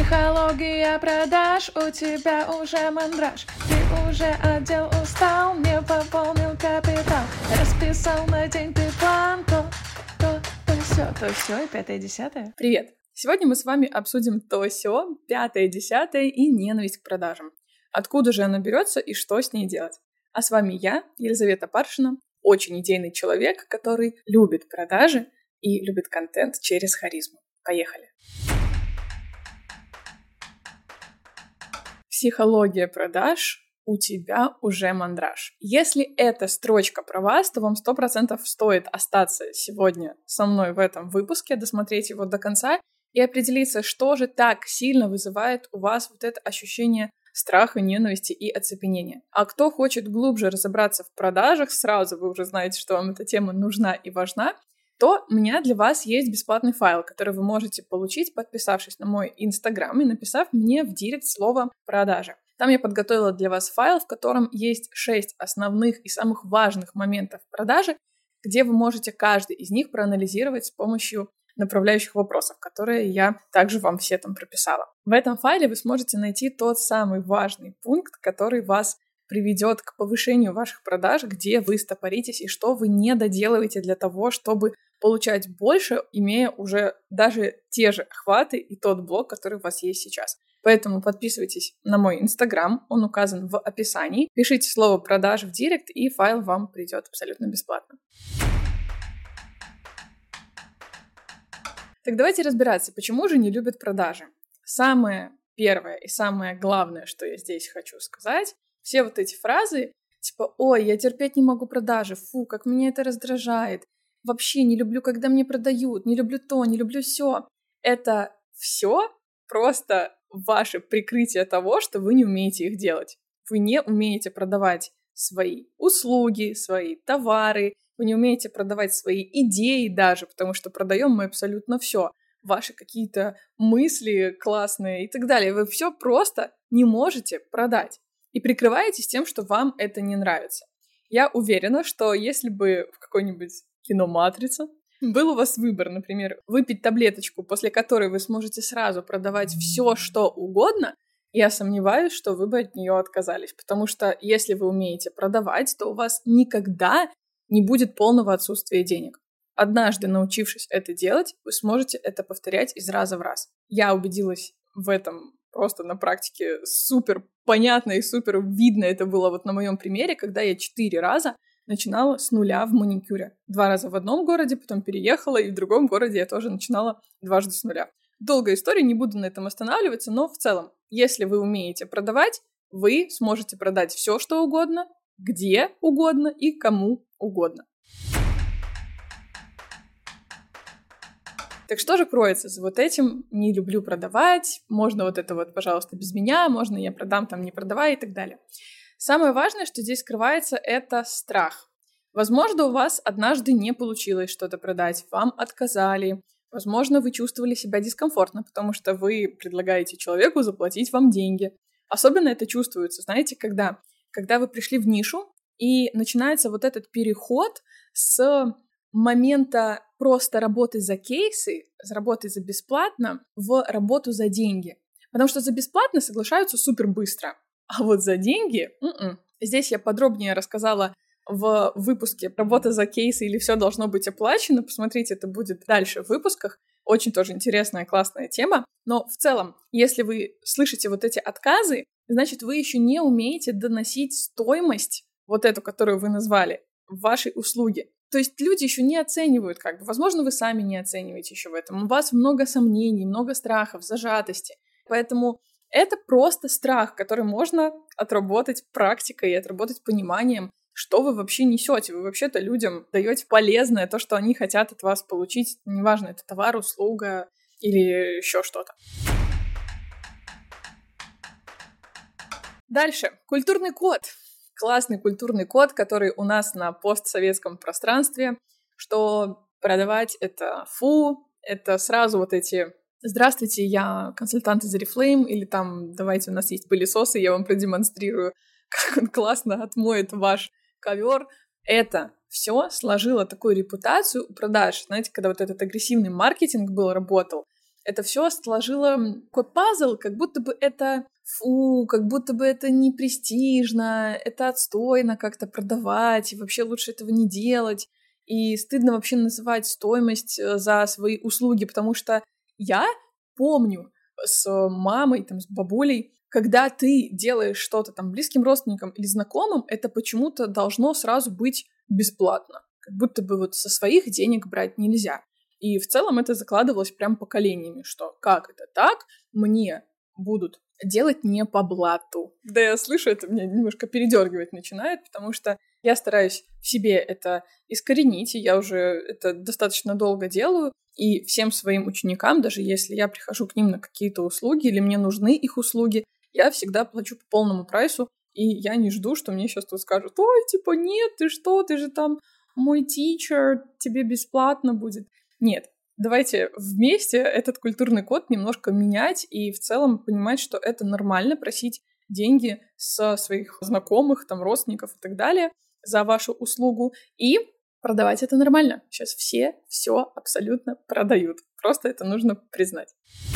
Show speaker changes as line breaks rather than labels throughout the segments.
Психология продаж, у тебя уже мандраж. Ты уже отдел устал, не пополнил капитал. Расписал на день ты план, то все, и 5-10.
Привет! Сегодня мы с вами обсудим то-сё, 5-10 и ненависть к продажам. Откуда же она берется и что с ней делать? А с вами я, Елизавета Паршина, очень идейный человек, который любит продажи и любит контент через харизму. Поехали! Психология продаж, у тебя уже мандраж. Если эта строчка про вас, то вам 100% стоит остаться сегодня со мной в этом выпуске, досмотреть его до конца и определиться, что же так сильно вызывает у вас вот это ощущение страха, ненависти и оцепенения. А кто хочет глубже разобраться в продажах, сразу вы уже знаете, что вам эта тема нужна и важна, то у меня для вас есть бесплатный файл, который вы можете получить, подписавшись на мой Инстаграм и написав мне в директ слово «продажи». Там я подготовила для вас файл, в котором есть 6 основных и самых важных моментов продажи, где вы можете каждый из них проанализировать с помощью направляющих вопросов, которые я также вам все там прописала. В этом файле вы сможете найти тот самый важный пункт, который вас приведет к повышению ваших продаж, где вы стопоритесь и что вы не доделываете для того, чтобы получать больше, имея уже даже те же охваты и тот блог, который у вас есть сейчас. Поэтому подписывайтесь на мой Инстаграм, он указан в описании. Пишите слово «продажи» в директ, и файл вам придет абсолютно бесплатно. Так давайте разбираться, почему же не любят продажи. Самое первое и самое главное, что я здесь хочу сказать, все вот эти фразы, типа «Ой, я терпеть не могу продажи, фу, как меня это раздражает, вообще не люблю, когда мне продают, не люблю то, не люблю сё». Это все просто ваше прикрытие того, что вы не умеете их делать. Вы не умеете продавать свои услуги, свои товары, вы не умеете продавать свои идеи даже, потому что продаем мы абсолютно все. Ваши какие-то мысли классные и так далее. Вы все просто не можете продать. И прикрываетесь тем, что вам это не нравится. Я уверена, что если бы в какой-нибудь кино «Матрица» был у вас выбор, например, выпить таблеточку, после которой вы сможете сразу продавать все, что угодно, я сомневаюсь, что вы бы от нее отказались. Потому что если вы умеете продавать, то у вас никогда не будет полного отсутствия денег. Однажды научившись это делать, вы сможете это повторять из раза в раз. Я убедилась в этом просто на практике супер понятно и супер видно. Это было вот на моем примере, когда я 4 раза начинала с нуля в маникюре. 2 раза в одном городе, потом переехала, и в другом городе я тоже начинала дважды с нуля. Долгая история, не буду на этом останавливаться, но в целом, если вы умеете продавать, вы сможете продать все, что угодно, где угодно и кому угодно. Так что же кроется за вот этим «не люблю продавать», можно вот это вот, пожалуйста, без меня, можно я продам, там не продавай и так далее. Самое важное, что здесь скрывается, это страх. Возможно, у вас однажды не получилось что-то продать, вам отказали, возможно, вы чувствовали себя дискомфортно, потому что вы предлагаете человеку заплатить вам деньги. Особенно это чувствуется, знаете, когда вы пришли в нишу, и начинается вот этот переход с момента просто работы за кейсы, с работы за бесплатно, в работу за деньги. Потому что за бесплатно соглашаются супер быстро, а вот за деньги Здесь я подробнее рассказала в выпуске «Работа за кейсы» или «Все должно быть оплачено». Посмотрите, это будет дальше в выпусках. Очень тоже интересная, классная тема. Но в целом, если вы слышите вот эти отказы, значит, вы еще не умеете доносить стоимость, вот эту, которую вы назвали, в вашей услуге. То есть люди еще не оценивают, возможно, вы сами не оцениваете еще в этом. У вас много сомнений, много страхов, зажатости. Поэтому это просто страх, который можно отработать практикой и отработать пониманием, что вы вообще несете. Вы вообще-то людям даете полезное, то, что они хотят от вас получить. Неважно, это товар, услуга или еще что-то. Дальше. Культурный код. Классный культурный код, который у нас на постсоветском пространстве, что продавать — это фу, это сразу вот эти «Здравствуйте, я консультант из Oriflame», или там «Давайте, у нас есть пылесосы, я вам продемонстрирую, как он классно отмоет ваш ковер». Это все сложило такую репутацию у продаж. Знаете, когда вот этот агрессивный маркетинг работал, это все сложило такой пазл, как будто бы это как будто бы это не престижно, это отстойно как-то продавать, и вообще лучше этого не делать, и стыдно вообще называть стоимость за свои услуги, потому что я помню с мамой, там, с бабулей, когда ты делаешь что-то там близким родственникам или знакомым, это почему-то должно сразу быть бесплатно, как будто бы вот со своих денег брать нельзя. И в целом это закладывалось прям поколениями, что как это так, мне будут делать не по блату. Да, я слышу, это меня немножко передергивать начинает, потому что я стараюсь в себе это искоренить, и я уже это достаточно долго делаю, и всем своим ученикам, даже если я прихожу к ним на какие-то услуги или мне нужны их услуги, я всегда плачу по полному прайсу, и я не жду, что мне сейчас тут скажут: ой, типа, нет, ты что, ты же там мой teacher, тебе бесплатно будет. Нет, давайте вместе этот культурный код немножко менять и в целом понимать, что это нормально просить деньги со своих знакомых, там, родственников и так далее за вашу услугу. И продавать это нормально. Сейчас все абсолютно продают. Просто это нужно признать.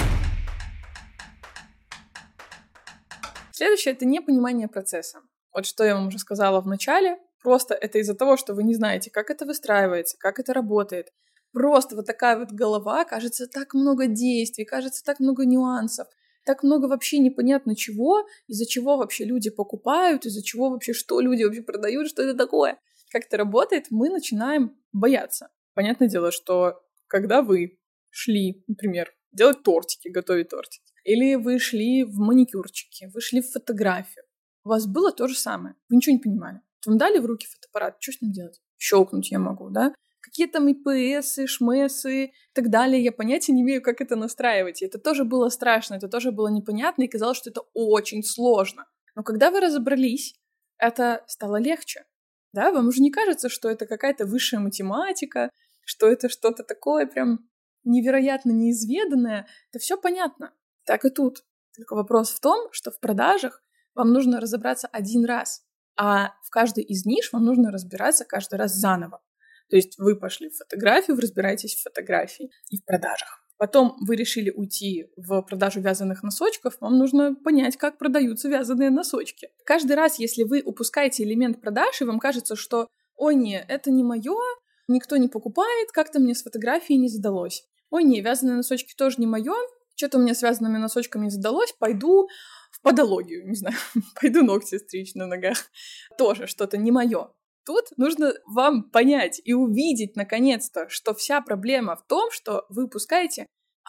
Следующее — это непонимание процесса. Вот что я вам уже сказала в начале. Просто это из-за того, что вы не знаете, как это выстраивается, как это работает. Просто вот такая вот голова, кажется, так много действий, кажется, так много нюансов, так много вообще непонятно чего, из-за чего вообще люди покупают, из-за чего вообще, что люди вообще продают, что это такое. Как это работает, мы начинаем бояться. Понятное дело, что когда вы шли, например, делать тортики, готовить тортики, или вы шли в маникюрчики, вы шли в фотографию, у вас было то же самое, вы ничего не понимали. Вам дали в руки фотоаппарат, что с ним делать? Щелкнуть я могу, да? Какие там ИПСы, шмесы и так далее, я понятия не имею, как это настраивать. И это тоже было страшно, это тоже было непонятно, и казалось, что это очень сложно. Но когда вы разобрались, это стало легче. Да, вам уже не кажется, что это какая-то высшая математика, что это что-то такое прям невероятно неизведанное. Это все понятно. Так и тут. Только вопрос в том, что в продажах вам нужно разобраться один раз, а в каждой из ниш вам нужно разбираться каждый раз заново. То есть вы пошли в фотографию, вы разбираетесь в фотографии и в продажах. Потом вы решили уйти в продажу вязаных носочков, вам нужно понять, как продаются вязаные носочки. Каждый раз, если вы упускаете элемент продаж, и вам кажется, что «Ой, не, это не мое, никто не покупает, как-то мне с фотографией не задалось». «Ой, не, вязаные носочки тоже не мое, что-то у меня с вязаными носочками не задалось, пойду в подологию, не знаю, пойду ногти стричь на ногах». Тоже что-то не мое. Тут нужно вам понять и увидеть, наконец-то, что вся проблема в том, что вы упускаете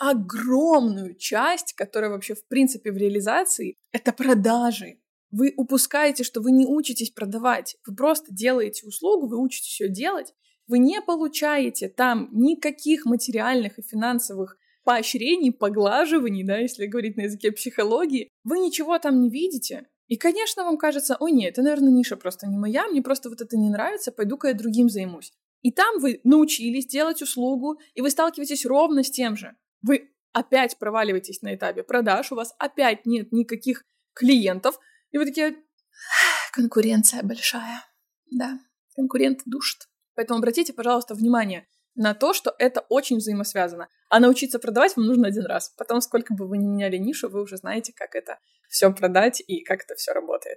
огромную часть, которая вообще в принципе в реализации, это продажи. Вы упускаете, что вы не учитесь продавать. Вы просто делаете услугу, вы учитесь ее делать. Вы не получаете там никаких материальных и финансовых поощрений, поглаживаний, да, если говорить на языке психологии. Вы ничего там не видите. И, конечно, вам кажется: ой, нет, это, наверное, ниша просто не моя, мне просто вот это не нравится, пойду-ка я другим займусь. И там вы научились делать услугу, и вы сталкиваетесь ровно с тем же. Вы опять проваливаетесь на этапе продаж, у вас опять нет никаких клиентов, и вы такие: конкуренция большая. Да, конкуренты душат. Поэтому обратите, пожалуйста, внимание на то, что это очень взаимосвязано. А научиться продавать вам нужно один раз. Потом, сколько бы вы ни меняли нишу, вы уже знаете, как это все продать и как это все работает.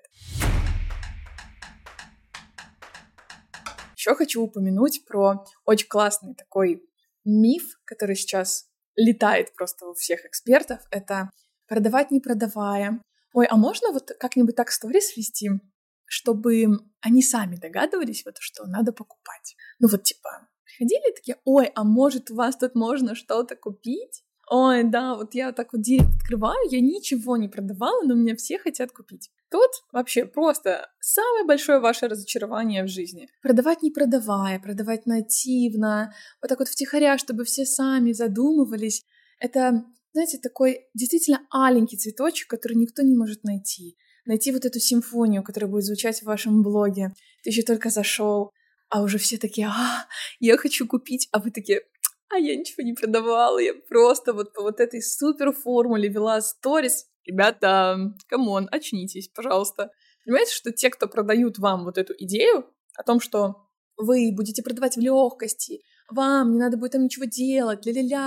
Еще хочу упомянуть про очень классный такой миф, который сейчас летает просто у всех экспертов. Это продавать не продавая. Ой, а можно вот как-нибудь так сторис свести, чтобы они сами догадывались, вот, что надо покупать? Ну вот типа приходили такие: ой, а может у вас тут можно что-то купить? Ой, да, вот я так вот директ открываю, я ничего не продавала, но меня все хотят купить. Тут вообще просто самое большое ваше разочарование в жизни. Продавать не продавая, продавать нативно, вот так вот втихаря, чтобы все сами задумывались. Это, знаете, такой действительно аленький цветочек, который никто не может найти. Найти вот эту симфонию, которая будет звучать в вашем блоге. Ты еще только зашел, а уже все такие: я хочу купить, а вы такие: а я ничего не продавала, я просто вот по вот этой супер формуле вела сторис. Ребята, камон, очнитесь, пожалуйста. Понимаете, что те, кто продают вам вот эту идею о том, что вы будете продавать в легкости, вам не надо будет там ничего делать, ля-ля-ля,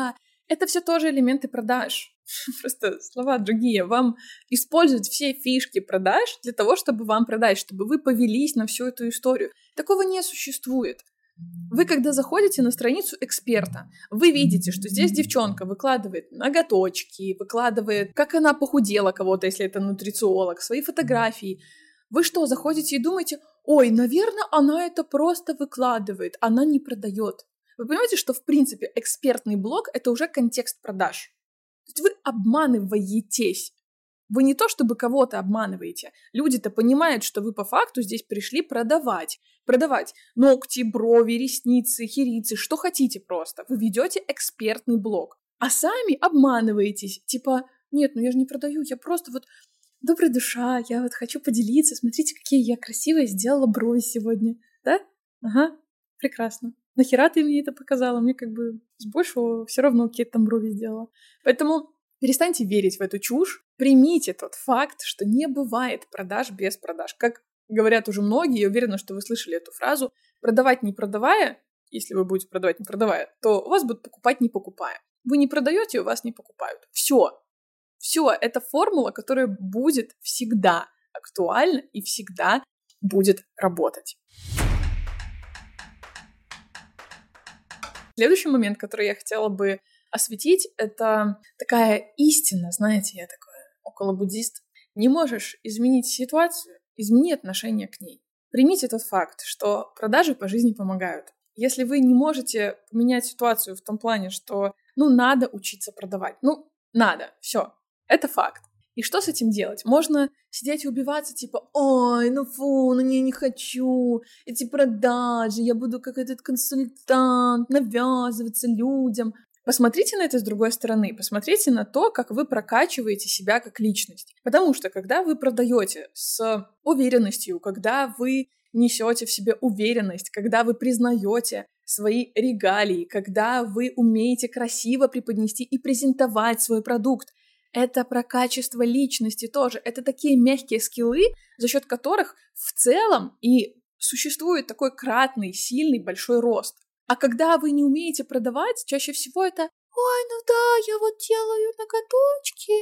Это все тоже элементы продаж. Просто слова другие. Вам использовать все фишки продаж для того, чтобы вам продать, чтобы вы повелись на всю эту историю. Такого не существует. Вы, когда заходите на страницу эксперта, вы видите, что здесь девчонка выкладывает ноготочки, выкладывает, как она похудела кого-то, если это нутрициолог, свои фотографии. Вы что, заходите и думаете, ой, наверное, она это просто выкладывает, она не продает. Вы понимаете, что, в принципе, экспертный блог — это уже контекст продаж. То есть вы обманываетесь. Вы не то чтобы кого-то обманываете. Люди-то понимают, что вы по факту здесь пришли продавать. Продавать ногти, брови, ресницы, херицы, что хотите просто. Вы ведете экспертный блог. А сами обманываетесь. Типа, нет, ну я же не продаю, я просто вот добрая душа, я вот хочу поделиться. Смотрите, какие я красивые сделала брови сегодня. Да? Ага, прекрасно. Нахера ты мне это показала? Мне как бы с большего все равно какие-то там брови сделала. Поэтому перестаньте верить в эту чушь. Примите тот факт, что не бывает продаж без продаж. Как говорят уже многие, я уверена, что вы слышали эту фразу, продавать не продавая, если вы будете продавать не продавая, то у вас будут покупать не покупая. Вы не продаете, у вас не покупают. Все, это формула, которая будет всегда актуальна и всегда будет работать. Следующий момент, который я хотела бы осветить, это такая истина, знаете, я такой околобуддист. Не можешь изменить ситуацию, измени отношение к ней. Примите тот факт, что продажи по жизни помогают. Если вы не можете поменять ситуацию в том плане, что, надо учиться продавать, надо, все, это факт. И что с этим делать? Можно сидеть и убиваться, типа, ой, я не хочу, эти продажи, я буду как этот консультант, навязываться людям. Посмотрите на это с другой стороны, посмотрите на то, как вы прокачиваете себя как личность. Потому что, когда вы продаете с уверенностью, когда вы несете в себе уверенность, когда вы признаете свои регалии, когда вы умеете красиво преподнести и презентовать свой продукт, это про качество личности тоже. Это такие мягкие скиллы, за счет которых в целом и существует такой кратный, сильный, большой рост. А когда вы не умеете продавать, чаще всего это «Ой, я вот делаю ноготочки,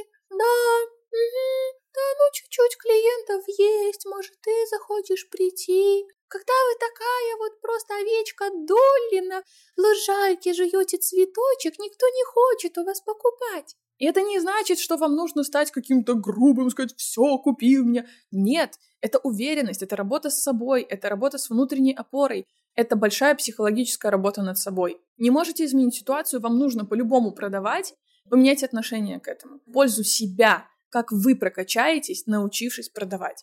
чуть-чуть клиентов есть, может, ты захочешь прийти. Когда вы такая вот просто овечка Долли на лужайке жуете цветочек, никто не хочет у вас покупать». И это не значит, что вам нужно стать каким-то грубым, сказать «все, купи у меня». Нет, это уверенность, это работа с собой, это работа с внутренней опорой. Это большая психологическая работа над собой. Не можете изменить ситуацию, вам нужно по-любому продавать, поменять отношение к этому. В пользу себя, как вы прокачаетесь, научившись продавать.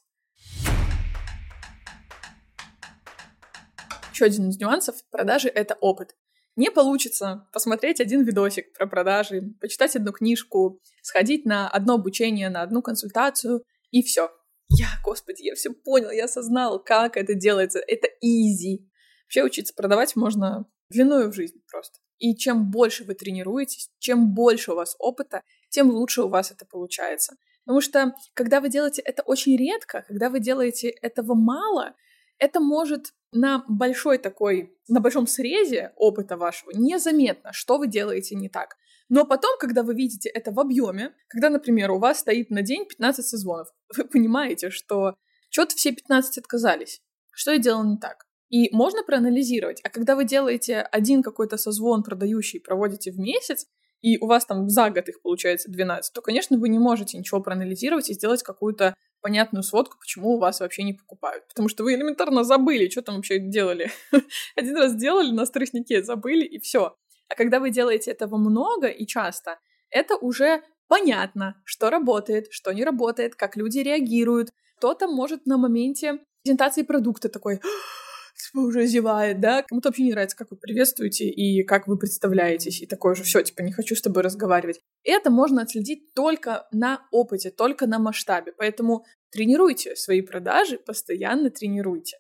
Еще один из нюансов продажи — это опыт. Не получится посмотреть один видосик про продажи, почитать одну книжку, сходить на одно обучение, на одну консультацию, и все. Я все понял, я осознал, как это делается. Это easy. Вообще учиться продавать можно длиною в жизнь просто. И чем больше вы тренируетесь, чем больше у вас опыта, тем лучше у вас это получается. Потому что, когда вы делаете это очень редко, когда вы делаете этого мало, это может на большом срезе опыта вашего незаметно, что вы делаете не так. Но потом, когда вы видите это в объеме, когда, например, у вас стоит на день 15 созвонов, вы понимаете, что что-то все 15 отказались. Что я делала не так? И можно проанализировать. А когда вы делаете один какой-то созвон продающий, проводите в месяц, и у вас там за год их получается 12, то, конечно, вы не можете ничего проанализировать и сделать какую-то понятную сводку, почему у вас вообще не покупают. Потому что вы элементарно забыли, что там вообще делали. Один раз делали на страстнике, забыли, и все. А когда вы делаете этого много и часто, это уже понятно, что работает, что не работает, как люди реагируют. Кто-то может на моменте презентации продукта такой уже зевает, да? Кому-то вообще не нравится, как вы приветствуете и как вы представляетесь. И такое же все, не хочу с тобой разговаривать. Это можно отследить только на опыте, только на масштабе. Поэтому тренируйте свои продажи, постоянно тренируйте.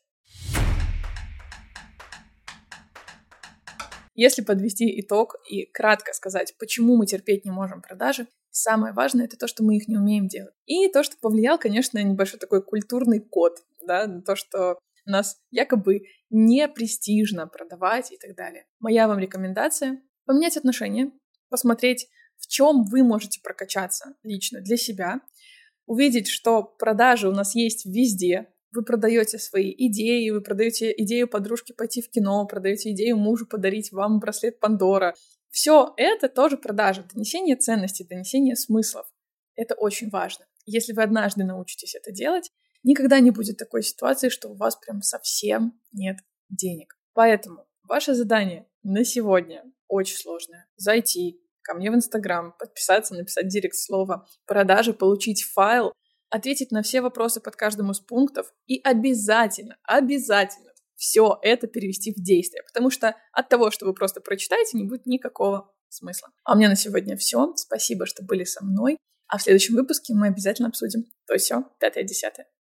Если подвести итог и кратко сказать, почему мы терпеть не можем продажи, самое важное — это то, что мы их не умеем делать. И то, что повлиял, конечно, небольшой такой культурный код, да, на то, что у нас якобы не престижно продавать и так далее. Моя вам рекомендация — поменять отношение, посмотреть, в чем вы можете прокачаться лично для себя, увидеть, что продажи у нас есть везде. Вы продаете свои идеи, вы продаете идею подружке пойти в кино, продаете идею мужу подарить вам браслет Пандора. Все это тоже продажа, донесение ценностей, донесение смыслов. Это очень важно. Если вы однажды научитесь это делать, никогда не будет такой ситуации, что у вас прям совсем нет денег. Поэтому ваше задание на сегодня очень сложное. Зайти ко мне в Инстаграм, подписаться, написать директ слово «продажи», получить файл, ответить на все вопросы под каждым из пунктов и обязательно все это перевести в действие, потому что от того, что вы просто прочитаете, не будет никакого смысла. А у меня на сегодня все. Спасибо, что были со мной. А в следующем выпуске мы обязательно обсудим то-сё, 5-10.